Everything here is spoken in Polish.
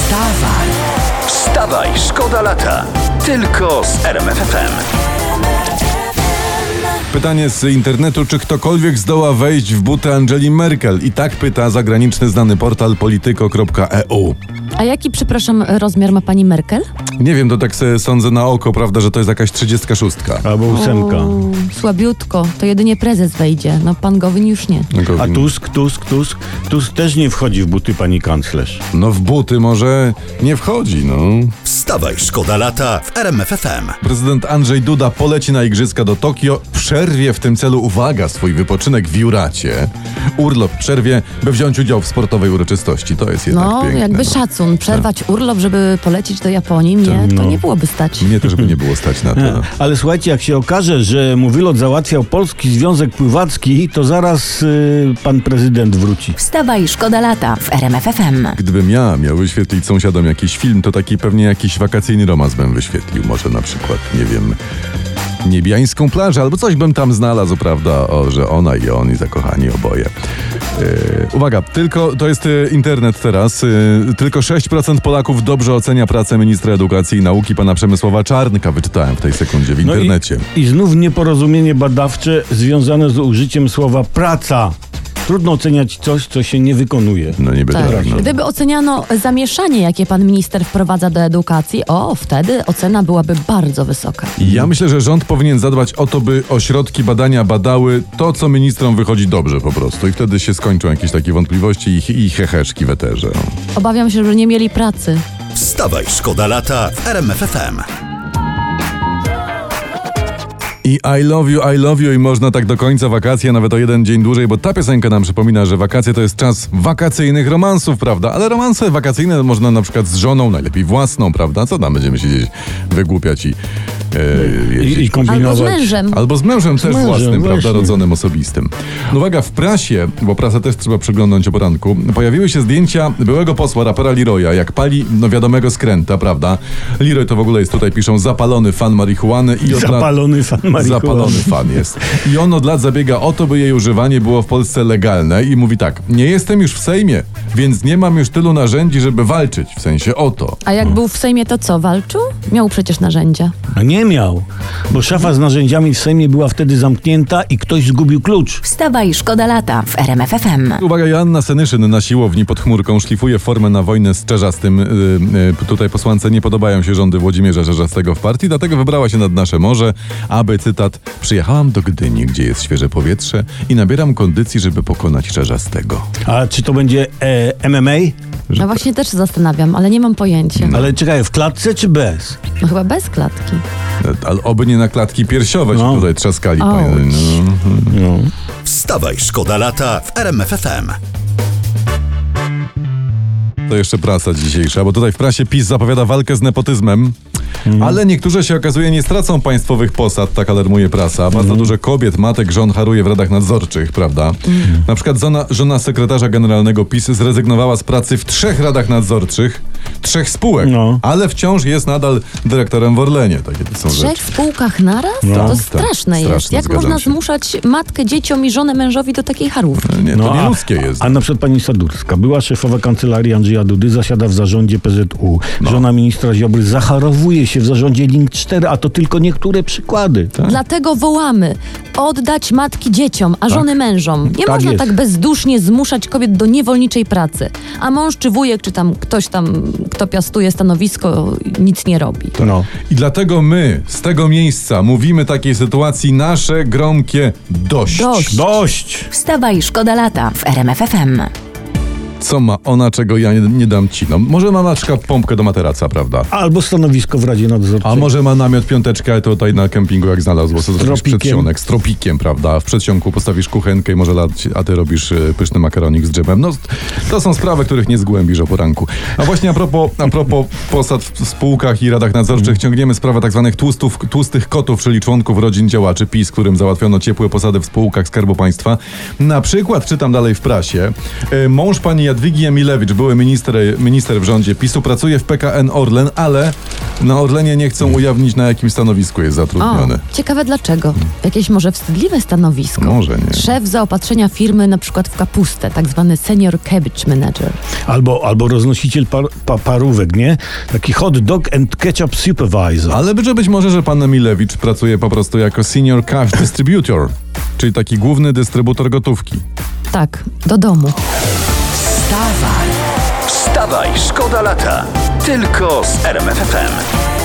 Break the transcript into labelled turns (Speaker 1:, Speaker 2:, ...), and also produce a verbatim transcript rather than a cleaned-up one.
Speaker 1: Wstawaj! Wstawaj, szkoda lata! Tylko z R M F F M.
Speaker 2: Pytanie z internetu, czy ktokolwiek zdoła wejść w buty Angeli Merkel? I tak pyta zagraniczny znany portal polityko kropka e u.
Speaker 3: A jaki, przepraszam, rozmiar ma pani Merkel?
Speaker 2: Nie wiem, to tak sobie sądzę na oko, prawda, że to jest jakaś trzydziestka szóstka.
Speaker 4: Albo ósemka.
Speaker 3: O, słabiutko. To jedynie prezes wejdzie. No pan Gowin już nie.
Speaker 4: A Tusk, Tusk, Tusk. Tusk też nie wchodzi w buty pani kanclerz.
Speaker 2: No w buty może nie wchodzi, no.
Speaker 1: Wstawaj, szkoda lata w R M F F M.
Speaker 2: Prezydent Andrzej Duda poleci na igrzyska do Tokio, przerwie w tym celu, uwaga, swój wypoczynek w Juracie. Urlop przerwie, by wziąć udział w sportowej uroczystości. To jest jednak
Speaker 3: No,
Speaker 2: piękne.
Speaker 3: jakby
Speaker 2: no.
Speaker 3: szacun. Przerwać urlop, żeby polecieć do Japonii. Mnie to
Speaker 4: No.
Speaker 3: nie byłoby stać.
Speaker 2: Mnie też by nie było stać na to.
Speaker 4: Nie. Ale słuchajcie, jak się okaże, że mu wylot załatwiał Polski Związek Pływacki, to zaraz y, pan prezydent wróci.
Speaker 5: Wstawaj, szkoda lata w R M F F M.
Speaker 2: Gdybym ja miał wyświetlić sąsiadom jakiś film, to taki pewnie jakiś wakacyjny romans bym wyświetlił. Może na przykład, nie wiem, niebiańską plażę, albo coś bym tam znalazł, prawda, o, że ona i on i zakochani oboje. Yy, uwaga, tylko, to jest yy, internet teraz, yy, tylko sześć procent Polaków dobrze ocenia pracę ministra edukacji i nauki pana Przemysława Czarnka, wyczytałem w tej sekundzie w internecie.
Speaker 4: No i, I znów nieporozumienie badawcze związane z użyciem słowa praca. Trudno oceniać coś, co się nie wykonuje.
Speaker 2: No niby
Speaker 3: Tak.
Speaker 2: tak, no.
Speaker 3: Gdyby oceniano zamieszanie, jakie pan minister wprowadza do edukacji, o, wtedy ocena byłaby bardzo wysoka.
Speaker 2: Ja myślę, że rząd powinien zadbać o to, by ośrodki badania badały to, co ministrom wychodzi dobrze po prostu. I wtedy się skończą jakieś takie wątpliwości i, i heheszki w eterze.
Speaker 3: Obawiam się, że nie mieli pracy.
Speaker 1: Wstawaj, szkoda lata w R M F F M.
Speaker 2: I I love you, I love you i można tak do końca wakacji, a nawet o jeden dzień dłużej, bo ta piosenka nam przypomina, że wakacje to jest czas wakacyjnych romansów, prawda? Ale romanse wakacyjne można na przykład z żoną, najlepiej własną, prawda? Co tam będziemy siedzieć, wygłupiać i e,
Speaker 4: I, i kombinować.
Speaker 3: Albo z mężem.
Speaker 2: Albo z mężem też
Speaker 4: mężem,
Speaker 2: własnym,
Speaker 4: właśnie.
Speaker 2: prawda, rodzonym, osobistym. No uwaga, w prasie, bo prasę też trzeba przeglądać o poranku, pojawiły się zdjęcia byłego posła, rapera Leroya, jak pali, no wiadomego skręta, prawda? Leroy to w ogóle jest, tutaj piszą, zapalony fan marihuany. I od lat-
Speaker 4: Zapalony fan marihuany.
Speaker 2: Zapalony fan jest. I on od lat zabiega o to, by jej używanie było w Polsce legalne i mówi tak, nie jestem już w Sejmie, więc nie mam już tylu narzędzi, żeby walczyć, w sensie o to.
Speaker 3: A jak był w Sejmie, to co, walczył? Miał przecież narzędzia.
Speaker 4: A nie miał, bo szafa z narzędziami w Sejmie była wtedy zamknięta i ktoś zgubił klucz.
Speaker 5: Wstawaj, szkoda lata w R M F F M.
Speaker 2: Uwaga, Joanna Senyszyn na siłowni pod chmurką szlifuje formę na wojnę z Czerzastym. Yy, yy, tutaj posłance nie podobają się rządy Włodzimierza Czerzastego w partii, dlatego wybrała się nad nasze morze, aby, cytat, przyjechałam do Gdyni, gdzie jest świeże powietrze i nabieram kondycji, żeby pokonać Czerzastego.
Speaker 4: A czy to będzie e, M M A?
Speaker 3: No właśnie też się zastanawiam, ale nie mam pojęcia.
Speaker 4: Ale czekaj, w klatce czy bez?
Speaker 3: No chyba bez klatki.
Speaker 2: Ale oby nie na klatki piersiowe się
Speaker 4: No.
Speaker 2: tutaj trzaskali.
Speaker 3: Auć.
Speaker 2: panie- No.
Speaker 4: No.
Speaker 1: Wstawaj, szkoda lata w R M F F M.
Speaker 2: To jeszcze prasa dzisiejsza, bo tutaj w prasie PiS zapowiada walkę z nepotyzmem, ale niektórzy się okazuje nie stracą państwowych posad, tak alarmuje prasa. Bardzo dużo kobiet, matek, żon haruje w radach nadzorczych, prawda? Na przykład żona, żona sekretarza generalnego PiS zrezygnowała z pracy w trzech radach nadzorczych, trzech spółek,
Speaker 4: No.
Speaker 2: ale wciąż jest nadal dyrektorem w Orlenie. Takie to są
Speaker 3: W trzech
Speaker 2: rzeczy.
Speaker 3: spółkach naraz?
Speaker 4: No.
Speaker 3: To
Speaker 2: Tak,
Speaker 3: straszne jest.
Speaker 2: straszne,
Speaker 3: Jak
Speaker 2: zgadzam
Speaker 3: można
Speaker 2: się.
Speaker 3: zmuszać matkę, dzieciom i żonę mężowi do takiej charówki?
Speaker 2: Nie, to
Speaker 4: No,
Speaker 2: nie
Speaker 4: a-
Speaker 2: ludzkie jest.
Speaker 4: A na przykład pani Sadurska, była szefowa kancelarii Andrzeja Dudy, zasiada w zarządzie P Z U.
Speaker 2: No.
Speaker 4: Żona ministra Ziobry zacharowuje się w zarządzie Link cztery, a to tylko niektóre przykłady.
Speaker 3: Dlatego wołamy oddać matki dzieciom, a żony mężom. Nie
Speaker 4: Tak
Speaker 3: można
Speaker 4: jest.
Speaker 3: tak bezdusznie zmuszać kobiet do niewolniczej pracy. A mąż czy wujek, czy tam ktoś tam, kto piastuje stanowisko, nic nie robi.
Speaker 4: No.
Speaker 2: I dlatego my z tego miejsca mówimy takiej sytuacji nasze gromkie dość.
Speaker 3: Dość.
Speaker 4: Dość!
Speaker 5: Wstawaj, szkoda lata w R M F F M.
Speaker 2: Co ma ona, czego ja nie, nie dam ci? No, może ma na przykład pompkę do materaca, prawda?
Speaker 4: Albo stanowisko w Radzie Nadzorczej.
Speaker 2: A może ma namiot piąteczkę tutaj na kempingu, jak znalazło, co zrobisz
Speaker 4: tropikiem.
Speaker 2: przedsionek, z tropikiem, prawda? W przedsionku postawisz kuchenkę i może lat, a ty robisz y, pyszny makaronik z drzewem. No, to są sprawy, których nie zgłębisz o poranku. A właśnie a propos, a propos posad w spółkach i radach nadzorczych, ciągniemy sprawę tak zwanych tłustów, tłustych kotów, czyli członków rodzin działaczy PiS, którym załatwiono ciepłe posady w spółkach Skarbu Państwa. Na przykład, czytam dalej w prasie, y, mąż pani Jadwigi Emilewicz, były minister, minister w rządzie PiSu, pracuje w P K N Orlen, ale na Orlenie nie chcą ujawnić, na jakim stanowisku jest zatrudniony.
Speaker 3: O, ciekawe dlaczego. Jakieś może wstydliwe stanowisko.
Speaker 2: Może nie.
Speaker 3: Szef zaopatrzenia firmy na przykład w kapustę, tak zwany senior cabbage manager.
Speaker 4: Albo, albo roznosiciel par, pa, parówek, nie? Taki hot dog and ketchup supervisor.
Speaker 2: Ale może być może, że pan Emilewicz pracuje po prostu jako senior cash distributor, czyli taki główny dystrybutor gotówki.
Speaker 3: Tak, do domu.
Speaker 1: Wstawaj, szkoda lata. Tylko z R M F F M.